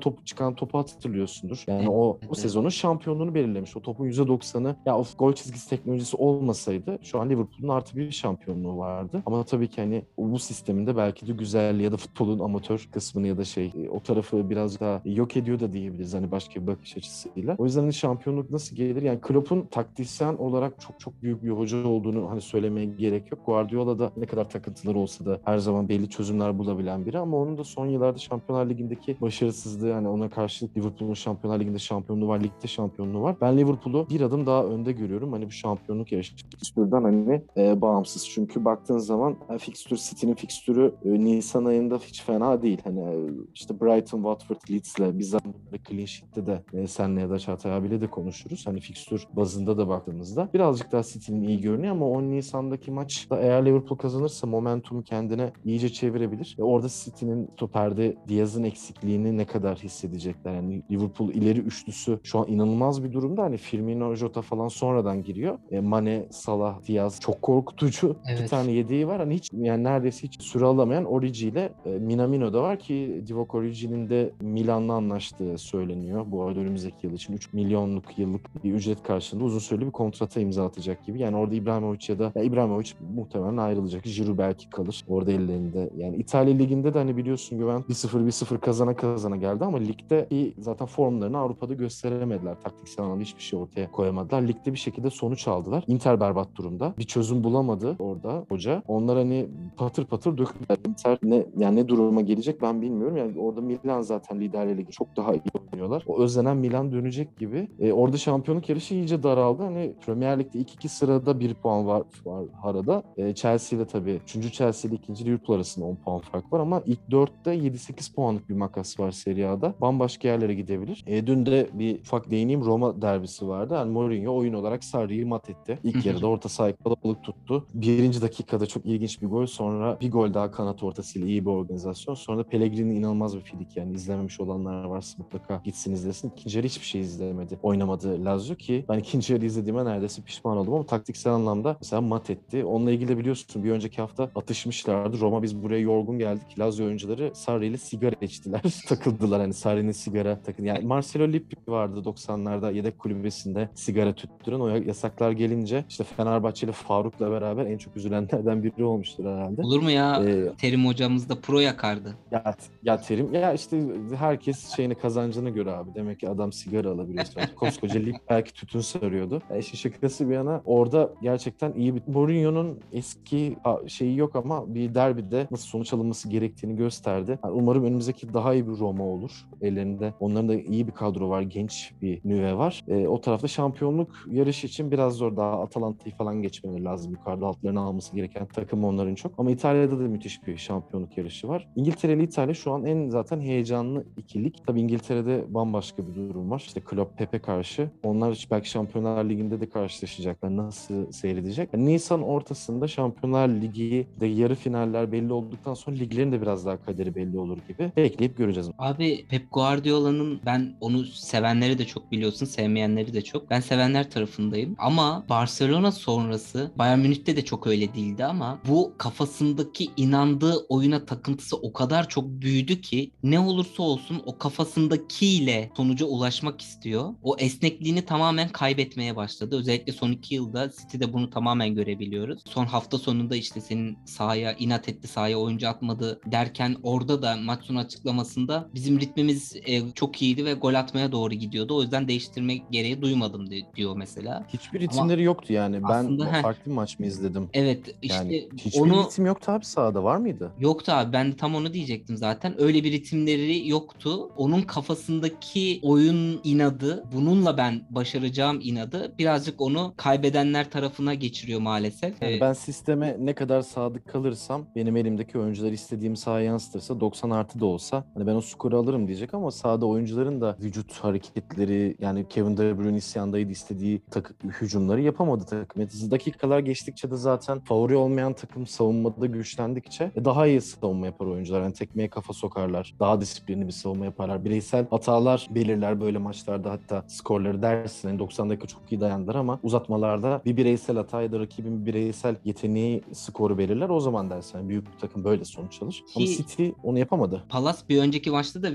çıkan topu hatırlıyorsundur. Yani Evet, o o evet. sezonun şampiyonluğunu belirlemiş. O topun yüzde doksanı ya of gol çizgisi teknolojisi olmasaydı şu an Liverpool'un artı bir şampiyonluğu vardı. Ama tabii ki hani bu sisteminde belki de güzelliği ya da futbolun amatör kısmını ya da şey o tarafı biraz daha yok ediyor da diyebiliriz hani başka bir bakış açısıyla. O yüzden hani şampiyonluk nasıl gelir? Yani Klopp'un taktisyen olarak çok çok büyük bir hoca olduğunu hani söylemeye gerek yok. Guardiola da ne kadar takıntıları olsa da her zaman belli çözümler bulabilen biri ama onun da son yıllarda Şampiyonlar Ligi'ndeki başarısızlığı yani ona karşılık Liverpool'un Şampiyonlar Ligi'nde şampiyonluğu var, ligde şampiyonluğu var. Ben Liverpool'u bir adım daha önde görüyorum. Hani bu şampiyonluk yarışı fikstürden hani e, bağımsız. Çünkü baktığın zaman yani fikstür City'nin fikstürü e, Nisan ayında hiç fena değil. Hani e, işte Brighton, Watford, Leeds'le biz zamanında Clean Sheet'te de e, senle ya da Çağatay abiyle de konuşuruz. Hani fikstür bazında da baktığımızda birazcık daha City'nin iyi görünüyor ama on Nisan'daki maçta eğer Liverpool kazanırsa momentumu kendine iyice çevirebilir. E, orada City'nin stoperde Diaz'ın eksikliğini ne kadar hissedecekler? Yani Liverpool ileri üçlüsü şu an inanılmaz bir durumda. Hani Firmino, Jota falan sonradan giriyor. E, Mane, Salah, Diaz çok korkutucu. İki Evet. tane yedeği var. Hani hiç yani neredeyse hiç süre alamayan Origi ile e, Minamino da var ki Divock Origi'nin de Milan'la anlaştığı söyleniyor. Bu arada önümüzdeki yıl için üç milyonluk yıllık bir ücret karşılığında uzun süreli bir kontrata imza atacak gibi. Yani orada İbrahimovic ya da ya İbrahimovic muhtemelen ayrılacak. Giroud belki kalır. Orada ellerinde. Yani İtalya Ligi'nde de hani biliyorsun Juventus bir sıfır bir sıfır kazana kazana geldi ama ligde zaten formlarını Avrupa'da gösteremediler. Taktiksel anlamda hiçbir şey ortaya koyamadılar. Ligde bir şekilde sonuç aldılar. Inter berbat durumda. Bir çözüm bulamadı orada hoca. Onlar hani patır patır döktüler. Inter ne yani ne duruma gelecek ben bilmiyorum. Yani orada Milan zaten liderle ligi çok daha iyi oynuyorlar. O özlenen Milan dönecek gibi. E, orada şampiyonluk yarışı iyice daraldı. Hani Premier Lig'de ilk iki sırada bir puan var, var arada. E, Chelsea ile tabii. Üçüncü Chelsea ile ikinci Liverpool arasında on puan fark var ama ilk dörtte yedi sekiz puanlık bir makas var Serie A'da. Bambaşka yerlere gidebilir. E, dün de bir ufak değineyim Roma derbisi vardı. Yani Mourinho oyun olarak Sarri'yi mat etti. İlk yarıda orta sahayı kalabalık tuttu. Birinci dakikada çok ilginç bir gol. Sonra bir gol daha kanat ortasıyla iyi bir organizasyon. Sonra da Pellegrini'nin inanılmaz bir fidik. Yani izlememiş olanlar varsa mutlaka gitsin izlesin. İkinci yarı hiçbir şey izlemedi. Oynamadı Lazio ki ben ikinci yarı izlediğime neredeyse pişman oldum ama taktiksel anlamda mesela mat etti. Onunla ilgili de biliyorsun bir önceki hafta atışmışlardı. Roma biz buraya yorgun geldik. Lazio oyuncuları Sarri ile sigara içtiler. Takıldılar hani Sarri'nin sigara takın. Yani Marcelo Lippi vardı doksanlarda yedek kulübesinde sigara tüttüren. O yasaklar gelince işte Fenerbahçe ile Faruk'la beraber en çok üzülenlerden biri olmuştur herhalde. Olur mu ya? Ee, Terim hocamız da pro yakardı. ya, ya Terim ya işte herkes şeyini kazancına göre abi. Demek ki adam sigara alabiliyorsa. Koskoca lig belki tütün sarıyordu. Ya işin şakası bir yana orada gerçekten iyi bir Mourinho'nun eski şeyi yok ama bir derbide nasıl sonuç alınması gerektiğini gösterdi. Yani umarım önümüzdeki daha iyi bir Roma olur. Ellerinde onların da iyi bir kadro var. Genç bir nüve var. E, o tarafta şampiyonluk yarışı için biraz zor. Daha Atalanta'yı falan geçmeleri lazım. Yukarıda altlarını alması gereken takım onların çok. Ama İtalya'da da müthiş bir şampiyonluk yarışı var. İngiltere ile İtalya şu an en zaten heyecanlı ikilik. Tabii İngiltere'de bambaşka bir durum var. İşte Klopp Pep'e karşı. Onlar belki Şampiyonlar Ligi'nde de karşılaşacaklar. Nasıl seyredecek? Yani Nisan ortasında Şampiyonlar Ligi'de yarı finaller belli olduktan sonra liglerin de biraz daha kaderi belli olur gibi. Bekleyip göreceğiz. Abi Pep Guardiola'nın ben onu sevenleri de çok biliyorsun, sevmeyenleri de çok. Ben sevenler tarafındayım. Ama Barcelona sonrası Bayern Münih'te de çok öyle değildi ama bu kafasındaki inandığı oyuna takıntısı o kadar çok büyüdü ki ne olursa olsun o kafasındakiyle sonuca ulaşmak istiyor. O esnekliğini tamamen kaybetmeye başladı. Özellikle son iki yılda City'de bunu tamamen görebiliyoruz. Son hafta sonunda işte senin sahaya inat etti, sahaya oyuncu atmadı derken orada da maç sonu açıklamasında bizim ritmimiz e, çok iyiydi ve gol atmaya doğru gidiyordu. O yüzden değiştirme gereği duymadım de, diyor mesela. Hiçbir Ama ritimleri yoktu yani. Ben aslında heh, farklı bir maç mı izledim? evet Yani işte hiçbir onu ritim yoktu abi sahada. Var mıydı? yoktu abi. Ben de tam onu diyecektim zaten. Öyle bir ritimleri yoktu. Onun kafasındaki oyun inadı, bununla ben başaracağım inadı birazcık onu kaybedenler tarafına geçiriyor maalesef. Yani Ee, ben sisteme ne kadar sadık kalırsam benim elimdeki oyuncular istediğim sahaya yansıtırsa doksan artı da olsa hani ben o skoru alırım diyecek ama sahada oyuncuların da vücut hareketleri yani Kevin De Bruyne isyandaydı istediği takı, hücumları yapamadı takım. Yani dakikalar geçtikçe de zaten favori olmayan takım savunmada güçlendikçe e, daha iyi savunma yapar oyuncular. Yani tekmeye kafa sokarlar. Daha disiplinli bir savunma yaparlar. Bireysel hatalar belirler böyle maçlarda hatta skorları dersin. Yani doksan dakika çok iyi dayandılar ama uzatmalarda bir bireysel hata ya da rakibin bir bireysel yeteneği skoru belirler. O zaman dersin yani büyük bir takım böyle sonuç alır. Ama ki City onu yapamadı. Palace bir önceki maçta da Vieira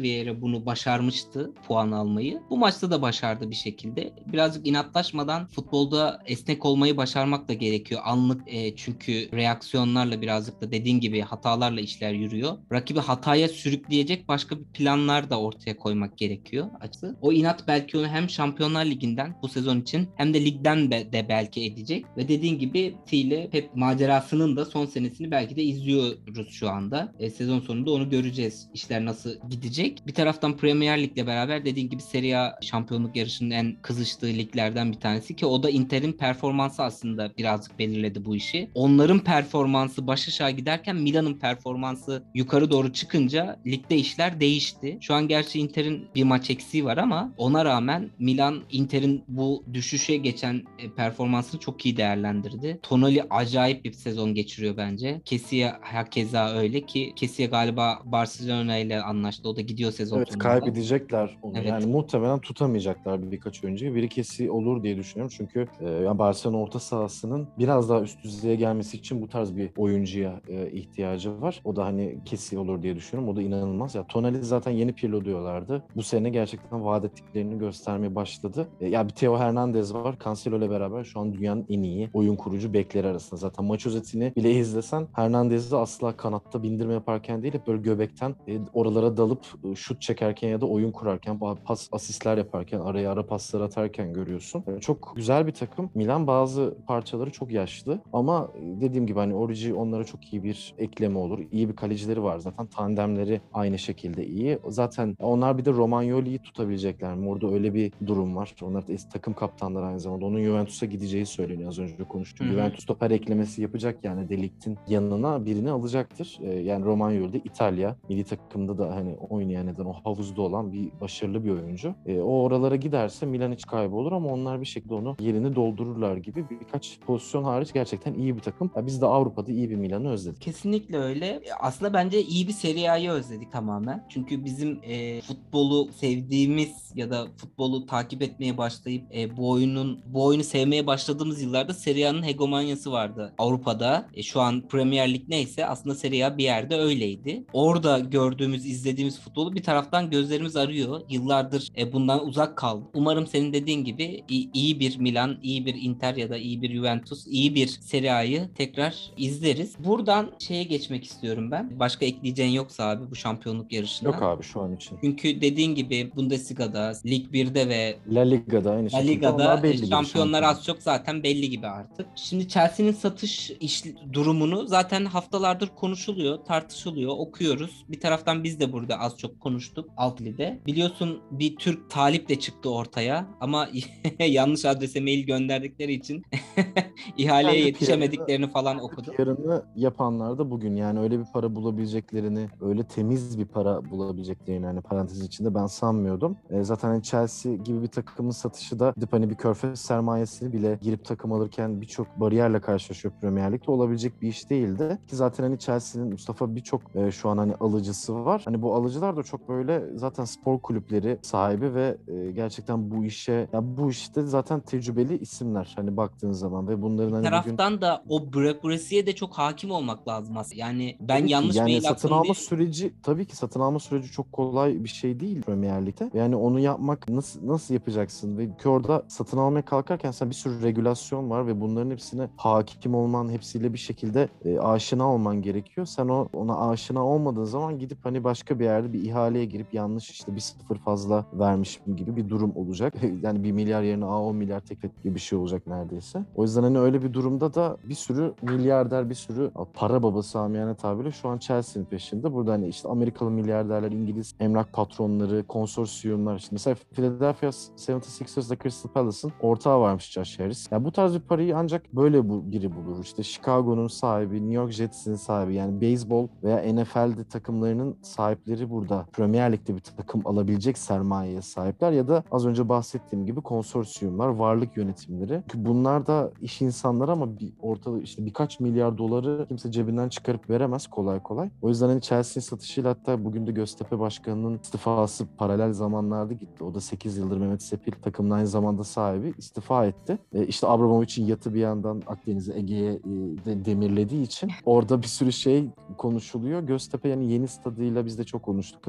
bunu başarmıştı, puan almayı. Bu maçta da başardı bir şekilde. Birazcık inatlaşmadan futbolda esnek olmayı başarmak da gerekiyor. Anlık e, çünkü reaksiyonlarla birazcık da dediğin gibi hatalarla işler yürüyor. Rakibi hataya sürükleyecek başka bir planlar da ortaya koymak gerekiyor açıkçası. O inat belki onu hem Şampiyonlar Ligi'nden bu sezon için hem de ligden de, de belki edecek. Ve dediğin gibi ile Pep macerasının da son senesini belki de izliyoruz şu anda. E, sezon sonunda onu göreceğiz. İşler nasıl gidecek. Bir taraftan Premier Lig'le beraber dediğin gibi Serie A şampiyonluk yarışının en kızıştığı liglerden bir tanesi ki o da Inter'in performansı aslında birazcık belirledi bu işi. Onların performansı baş aşağı giderken Milan'ın performansı yukarı doğru çıkınca ligde işler değişti. Şu an gerçi Inter'in bir maç eksiği var ama ona rağmen Milan Inter'in bu düşüşe geçen e, performansını çok iyi değerlendirdi. Tonali acayip bir sezon geçiriyor bence. Kessie hakeza öyle ki Kessie galiba Barcelona ile anlaştı. O da gidiyor sezon Evet, sonunda. kaybedecekler onu. Evet. Yani muhtemelen tutamayacaklar bir birkaç oyuncuyu. Biri Kessie olur diye düşünüyorum. Çünkü e, yani Barcelona orta sahasının biraz daha üst düzeye gelmesi için bu tarz bir oyuncuya e, ihtiyacı var. O da hani Kessie olur diye düşünüyorum. O da inanılmaz. Ya Tonali zaten yeni Pirlo diyorlardı. Bu sene gerçekten vaat ettiklerini göstermeye başladı. E, ya bir Theo Hernandez var. Cancelo ile beraber şu an dünyanın en iyi oyun kurucu bekleri arasında. Zaten maç özetini bile izlesen Hernandez'i asla kanatta bindirme yaparken değil, hep böyle göbekten e, oralara dalıp e, şut çekerken ya da oyun kurarken, pas asistler yaparken, araya ara paslar atarken görüyorsun. Yani çok güzel bir takım. Milan bazı parçaları çok yaşlı ama dediğim gibi hani Origi onlara çok iyi bir ekleme olur. İyi bir kalecileri var zaten. Tandemleri aynı şekilde iyi. Zaten onlar bir de Romagnoli'yi tutabilecekler mi? Orada öyle bir durum var. Onlar da takım kaptanları aynı zamanda. Onun Juventus'a gideceği söyleniyor, az önce konuştuk. Hı hı. Juventus stoper eklemesi yapacak, yani De Ligt'in yanına birini alacaktır. Ee, yani Romagnoli de İtalya milli takımda da hani oynayan, neden o havuzda olan bir başarılı bir oyuncu. Ee, o oralara giderse Milan hiç kaybolur ama onlar bir şekilde onu yerini doldururlar gibi. Birkaç pozisyon hariç gerçekten iyi bir takım. Ya biz de Avrupa'da iyi bir Milan'ı özledik. Kesinlikle öyle. Aslında bence iyi bir Serie A'yı özledik tamamen. Çünkü bizim e, futbolu sevdiğimiz ya da futbolu takip etmeye başlayıp e, bu oyunun bu oyunu sevmeye başladığımız yıllarda Serie A'nın hegemonyası vardı Avrupa'da. E, şu an Premier Lig neyse aslında Serie A bir yerde öyleydi. Orada gördüğümüz, izlediğimiz futbolu bir taraftan gözlerimiz arıyor. Yıllardır e, bundan uzak kaldık. Umarım senin dediğin gibi iyi, iyi bir Milan, iyi bir Inter ya da iyi bir Juventus, iyi bir Serie A'yı tekrar izleriz. Buradan şeye geçmek istiyorum ben. Başka ekleyeceğin yoksa abi bu şampiyonluk Yok yarışına. abi şu an için. Çünkü dediğin gibi Bundesliga'da, Lig birde ve La Liga'da aynı La şekilde onlar Liga'da e, belli gibi şampiyonlar şampiyon. az çok zaten belli gibi artık. Şimdi Chelsea'nin satış iş, durumunu zaten haftalardır konuşuluyor, tartışılıyor, okuyoruz. Bir taraftan biz de burada az çok konuştuk Altli'de. Biliyorsun bir Türk talip de çıktı ortaya ama yanlış adrese mail gönderdikleri için ihaleye Kendi P R'ını yetişemediklerini falan kendi okudum. P R'ını yapanlar da bugün, yani öyle bir para bulabileceklerini, öyle temiz bir para bulabileceklerini, hani parantez içinde ben sanmıyordum. E, zaten hani Chelsea gibi bir takımın satışı da gidip hani bir körfez sermayesini bile girip takım alırken birçok bariyerle karşılaşıyor Premier Lig'de, olabilecek bir iş değildi. Ki zaten hani Chelsea'nin Mustafa birçok e, şu an hani alıcısı var. Hani bu alıcılar da çok böyle zaten spor kulüpleri sahibi ve e, gerçekten bu işe, ya bu işte zaten tecrübeli isimler hani baktığın zaman ve bunların Bir hani bugün taraftan da o bürokrasiye de çok hakim olmak lazım aslında. Yani ben tabii ki yanlış yani mail satın attım alma diye süreci, tabii ki satın alma süreci çok kolay bir şey değil Premier Lig'de. Yani onu yapmak nasıl nasıl yapacaksın ve ki orada satın almaya kalkarken sen bir sürü regülasyon var ve bunların hepsine hakim olman, hepsiyle bir şekilde e, aşina olman gerekiyor. Sen o ona aşina olmadığın zaman gidip hani başka bir yerde bir ihaleye girip yanlış işte bir sıfır fazla vermişim gibi bir durum olacak. Yani bir milyar yerine a on milyar teklif gibi bir şey olacak neredeyse. O yüzden hani öyle bir durumda da bir sürü milyarder, bir sürü para babası amiyane tabirle şu an Chelsea'nin peşinde. Burada hani işte Amerikalı milyarderler, İngiliz emlak patronları, konsorsiyumlar. İşte mesela Philadelphia yetmiş altılarla Crystal Palace'ın ortağı varmış, Josh Harris. Yani bu tarz bir parayı ancak böyle bu, biri bulur. İşte Chicago'nun sahibi, New York Jets'in sahibi, yani beyzbol veya N F L'de takımlarının sahipleri burada Premier Lig'de bir takım alabilecek sermayeye sahipler ya da az önce bahsettiğim gibi konsorsiyumlar, varlık yönetimleri. Çünkü bunlar da iş insanları ama bir ortada işte birkaç milyar doları kimse cebinden çıkarıp veremez kolay kolay. O yüzden hani Chelsea'nin satışıyla, hatta bugün de Göztepe Başkanı'nın istifası paralel zamanlarda gitti. O da sekiz yıldır Mehmet Sepil takımın aynı zamanda sahibi, istifa etti. E işte Abramovich'in yatı bir yandan Akdeniz'e, Ege'ye e, de demirlediği için orada bir sürü şey konuşuluyor. Göztepe yani yeni stadıyla biz de çok konuştuk aramızda bugün.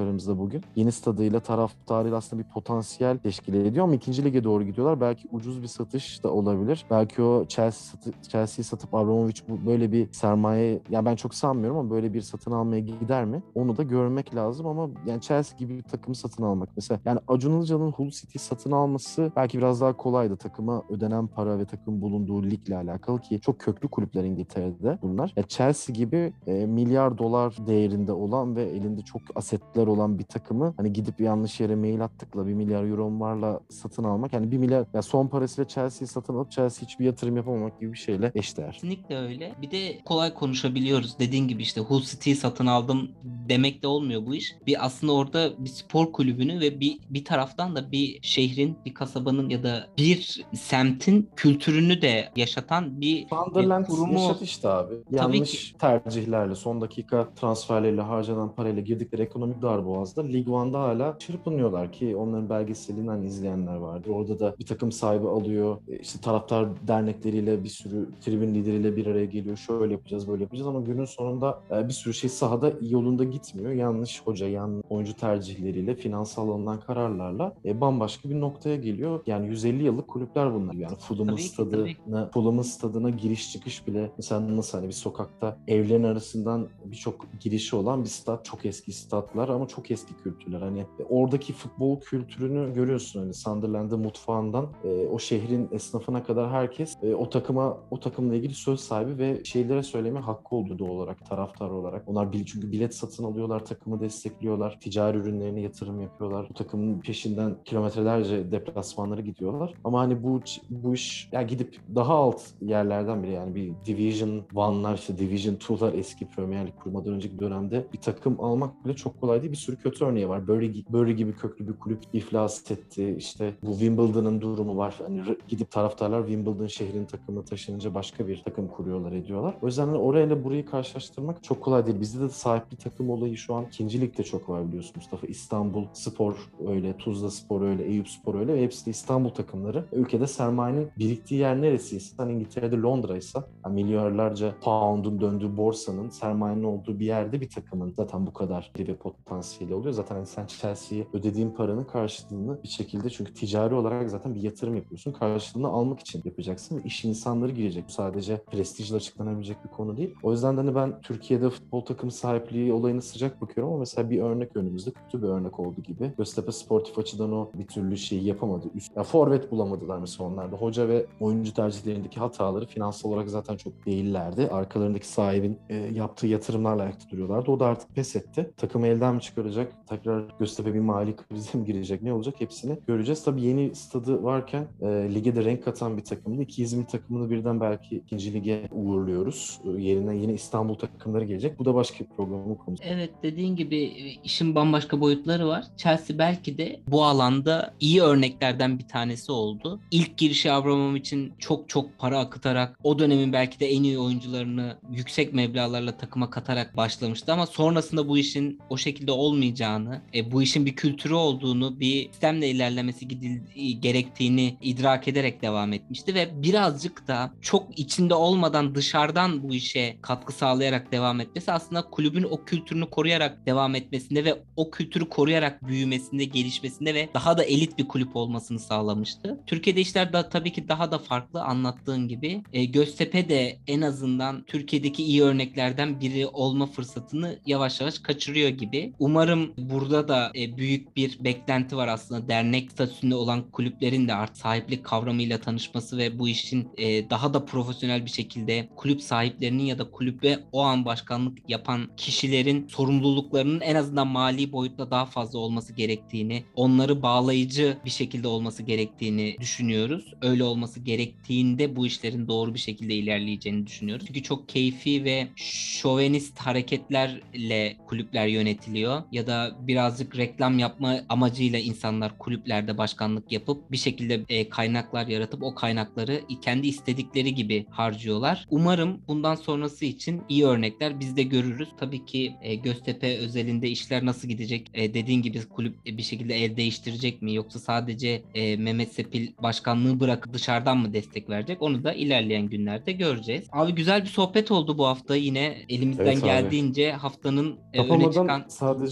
bugün. Yeni stadıyla, taraftarıyla aslında bir potansiyel teşkil ediyor ama ikinci lige doğru gidiyorlar. Belki ucuz bir satış da olabilir. Belki o Chelsea satı, Chelsea'yi satıp Abramovich bu böyle bir sermaye, ya ben çok sanmıyorum ama böyle bir satın almaya gider mi? Onu da görmek lazım ama yani Chelsea gibi bir takımı satın almak mesela, yani Acun Ilıcalı'nın Hull City satın alması belki biraz daha kolaydı. Takıma ödenen para ve takım bulunduğu ligle alakalı ki çok köklü kulüpler İngiltere'de bunlar. Ya Chelsea gibi e, milyar dolar değerinde olan ve elinde çok asetler olan bir takımı hani gidip yanlış yere mail attıkla bir milyar euro varla satın almak, yani bir milyar ya son parasıyla Chelsea'yi satın alıp Chelsea hiçbir yatırım yapamamak gibi bir şeyle eşdeğer. Kesinlikle öyle. Bir de kolay konuşabiliyoruz. Dediğin gibi işte Hull City'yi satın aldım demek de olmuyor bu iş. Bir aslında orada bir spor kulübünü ve bir bir taraftan da bir şehrin, bir kasabanın ya da bir semtin kültürünü de yaşatan bir e, Sunderland kurumu. yaşat işte abi. Tabii ki. Yanlış tercihlerle, son dakika transferleriyle, harcanan parayla girdikleri ekonomik darboğazda Lig One'da hala çırpınıyorlar ki onların belgeselinden izleyenler vardı. Orada da bir takım sahibi alıyor. E, işte taraftar dernekleriyle bir sürü tribün lideriyle bir araya geliyor. Şöyle yapacağız, böyle yapacağız ama günün sonunda e, bir sürü şey sahada yolunda gitmiyor. Yanlış hoca, yanlış oyuncu tercihleriyle, finansal alınan kararlarla e, bambaşka bir noktaya geliyor. Yani yüz elli yıllık kulüpler bunlar. Yani Fulham'ın Tabii ki, tabii ki. stadına, Fulham'ın stadına giriş çıkış bile mesela nasıl, hani bir sokakta evlerin arasından birçok girişi olan bir stat, çok eski statlar ama çok eski kültürler. Hani e, oradaki futbol kültürünü görüyorsun, hani Sunderland'ın mutfağından e, o şehrin esnafına kadar herkes e, o takıma, o takımla ilgili söz sahibi ve şeylere söyleme hakkı oluyor doğal olarak, taraftar olarak. Onlar bil, çünkü bilet satın alıyorlar, takımı destekliyorlar, ticari ürünlerine yatırım yapıyorlar. Bu takımın peşinden kilometrelerce deplasmanları gidiyorlar. Ama hani bu bu iş ya gidip daha alt yerlerden biri, yani bir Division One'lar, işte Division Two'lar, eski Premier Lig kurmadan önceki dönemde bir takım almak bile çok kolay değil. Bir sürü kötü örneği var. Bury, Bury gibi köklü bir kulüp iflas etti. İşte bu Wimbledon'ın durumu var. Hani gidip taraftarlar Wimbledon şehrin takımı taşınınca başka bir takım kuruyorlar, ediyorlar. O yüzden orayla burayı karşılaştırmak çok kolay değil. Bizde de sahipli takım olayı şu an ikinci ligde çok var, biliyorsun Mustafa. İstanbul Spor öyle, Tuzla Spor öyle, Eyüp Spor öyle ve hepsi de İstanbul takımları. Ülkede sermayenin biriktiği yer neresiyse, hani İngiltere'de Londra'ysa, yani milyarlarca pound'un döndüğü borsanın, sermayenin olduğu bir yerde bir takımın zaten bu kadar bir ve potansiyeli oluyor. Zaten hani sen Chelsea'ye ödediğin paranın karşılığını bir şekilde, çünkü ticari olarak zaten bir yatırım yapıyorsun. Karşılığını almak için yapacaksın ve iş insanları girecek. Bu sadece prestijle açıklanabilecek bir konu değil. O yüzden de hani ben Türkiye'de futbol takımı sahipliği olayına sıcak bakıyorum ama mesela bir örnek önümüzde, kötü bir örnek olduğu gibi. Göztepe sportif açıdan o bir türlü şeyi yapamadı. Üst, ya forvet bulamadılar mesela onlarda. Hoca ve oyuncu tercihlerindeki hataları finansal olarak zaten çok değillerdi. Arkalarındaki sahibin e, yaptığı yatırımlarla ayakta duruyorlardı. O da artık pes etti. Takımı elden mi çıkaracak? Tekrar Göztepe bir mali krize mi girecek? Ne olacak? Hepsini göreceğiz. Tabii yeni stadı varken e, lige de renk katan bir takımdı. İki İzmir takımını birden belki ikinci lige uğurluyoruz. E, yerine yine İstanbul takımları gelecek. Bu da başka bir programın konusu. Evet, dediğin gibi işin bambaşka boyutları var. Chelsea belki de bu alanda iyi örneklerden bir tanesi oldu. İlk girişi Abramovich'in çok çok para akıtarak o dönemin belki de en iyi oyuncularını yüksek meblağlarla takıma katarak başlamıştı ama sonrasında bu işin o şekilde olmayacağını, e, bu işin bir kültürü olduğunu, bir sistemle ilerlemesi gidildiği gerektiğini idrak ederek devam etmişti ve birazcık da çok içinde olmadan dışarıdan bu işe katkı sağlayarak devam etmesi aslında kulübün o kültürünü koruyarak devam etmesinde ve o kültürü koruyarak büyümesinde, gelişmesinde ve daha da elit bir kulüp olmasını sağlamıştı. Türkiye'de işler de tabii ki daha da farklı, anlattığın gibi. E, Göztepe de en azından Türkiye'deki iyi örneklerden biri olma fırsatını yavaş yavaş kaçırıyor gibi. Umarım burada da e, büyük bir beklenti var aslında. Dernek statüsünde olan kulüplerin de artık sahiplik kavramıyla tanışması ve bu işin e, daha da profesyonel bir şekilde kulüp sahiplerinin ya da kulübe o an başkanlık yapan kişilerin sorumluluklarının en azından mali boyutta daha fazla olması gerektiğini, onları bağlayıcı bir şekilde olması gerektiğini düşünüyoruz. Öyle olması gerektiğinde bu işlerin doğru bir şekilde ilerleyeceğini düşünüyoruz. Çünkü çok keyfi ve şovenist hareketlerle kulüpler yönetiliyor ya da birazcık reklam yapma amacıyla insanlar kulüplerde başkanlık yapıp bir şekilde e, kaynaklar yaratıp o kaynakları kendi istedikleri gibi harcıyorlar. Umarım bundan sonrası için iyi örnekler biz de görürüz. Tabii ki e, Göztepe özelinde işler nasıl gidecek? E, dediğin gibi kulüp e, bir şekilde el değiştirecek mi? Yoksa sadece e, Mehmet Sepil başkanlığı bırakıp dışarıdan mı destek verecek? Onu da ilerleyen günlerde göreceğiz. Abi güzel bir sohbet oldu bu hafta. Yine elimizden Evet abi. geldiğince haftanın e, öne Kapamadan çıkan... sadece şunu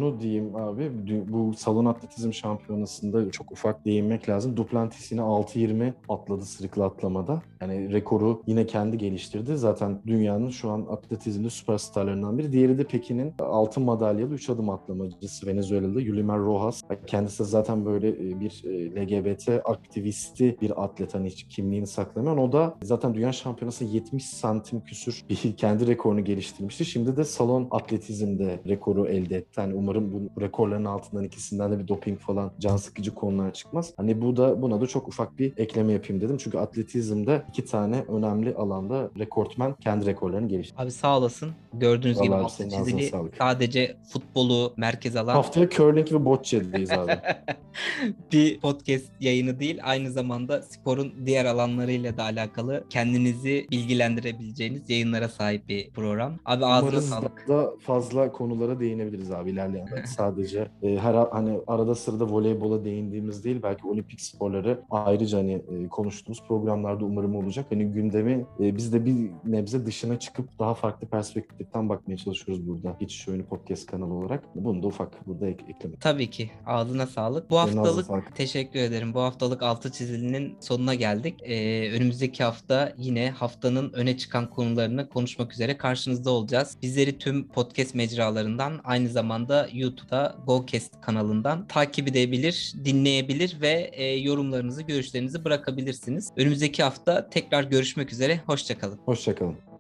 şunu diyeyim abi, bu salon atletizm şampiyonasında çok ufak değinmek lazım. Duplantis yine altı yirmi atladı sırıkla atlamada. Yani rekoru yine kendi geliştirdi. Zaten dünyanın şu an atletizmde süperstarlarından biri. Diğeri de Pekin'in altın madalyalı üç adım atlamacısı Venezuelalı Yulimar Rojas. Kendisi de zaten böyle bir L G B T aktivisti bir atlet, hani hiç kimliğini saklamayan. O da zaten dünya şampiyonası yetmiş santim küsür bir kendi rekorunu geliştirmişti. Şimdi de salon atletizmde rekoru elde etti. Hani umarım bu rekorların altından ikisinden de bir doping falan can sıkıcı konular çıkmaz. Hani bu da buna da çok ufak bir ekleme yapayım dedim. Çünkü atletizmde iki tane önemli alanda rekortmen kendi rekorlarını geliştirdi. Abi sağ olasın. Gördüğünüz gibi Vallahi altı senin ağzına çizili sağlık. sadece futbolu merkez alan Haftaya curling ve bocce'deyiz abi. bir podcast yayını değil. Aynı zamanda sporun diğer alanlarıyla da alakalı kendinizi bilgilendirebileceğiniz yayınlara sahip bir program. Abi ağzına Umarız sağlık. daha da fazla konulara değinebiliriz abi ilerleyen. Sadece e, her hani arada sırada voleybola değindiğimiz değil, belki olimpik sporları ayrıca hani e, konuştuğumuz programlarda umarım olacak. Hani gündemi e, biz de bir nebze dışına çıkıp daha farklı perspektiften bakmaya çalışıyoruz burada. Geçiş Oyunu Podcast kanalı olarak. Bunu da ufak burada ek- eklemek. Tabii ki. Ağzına sağlık. Bu Senin ağzına haftalık sağlık. teşekkür ederim. Bu haftalık altı çizilinin sonuna geldik. Ee, önümüzdeki hafta yine haftanın öne çıkan konularını konuşmak üzere karşınızda olacağız. Bizleri tüm podcast mecralarından, aynı zamanda YouTube'da Gocast kanalından takip edebilir, dinleyebilir ve e, yorumlarınızı, görüşlerinizi bırakabilirsiniz. Önümüzdeki hafta tekrar görüşmek üzere. Hoşça kalın. Hoşça kalın.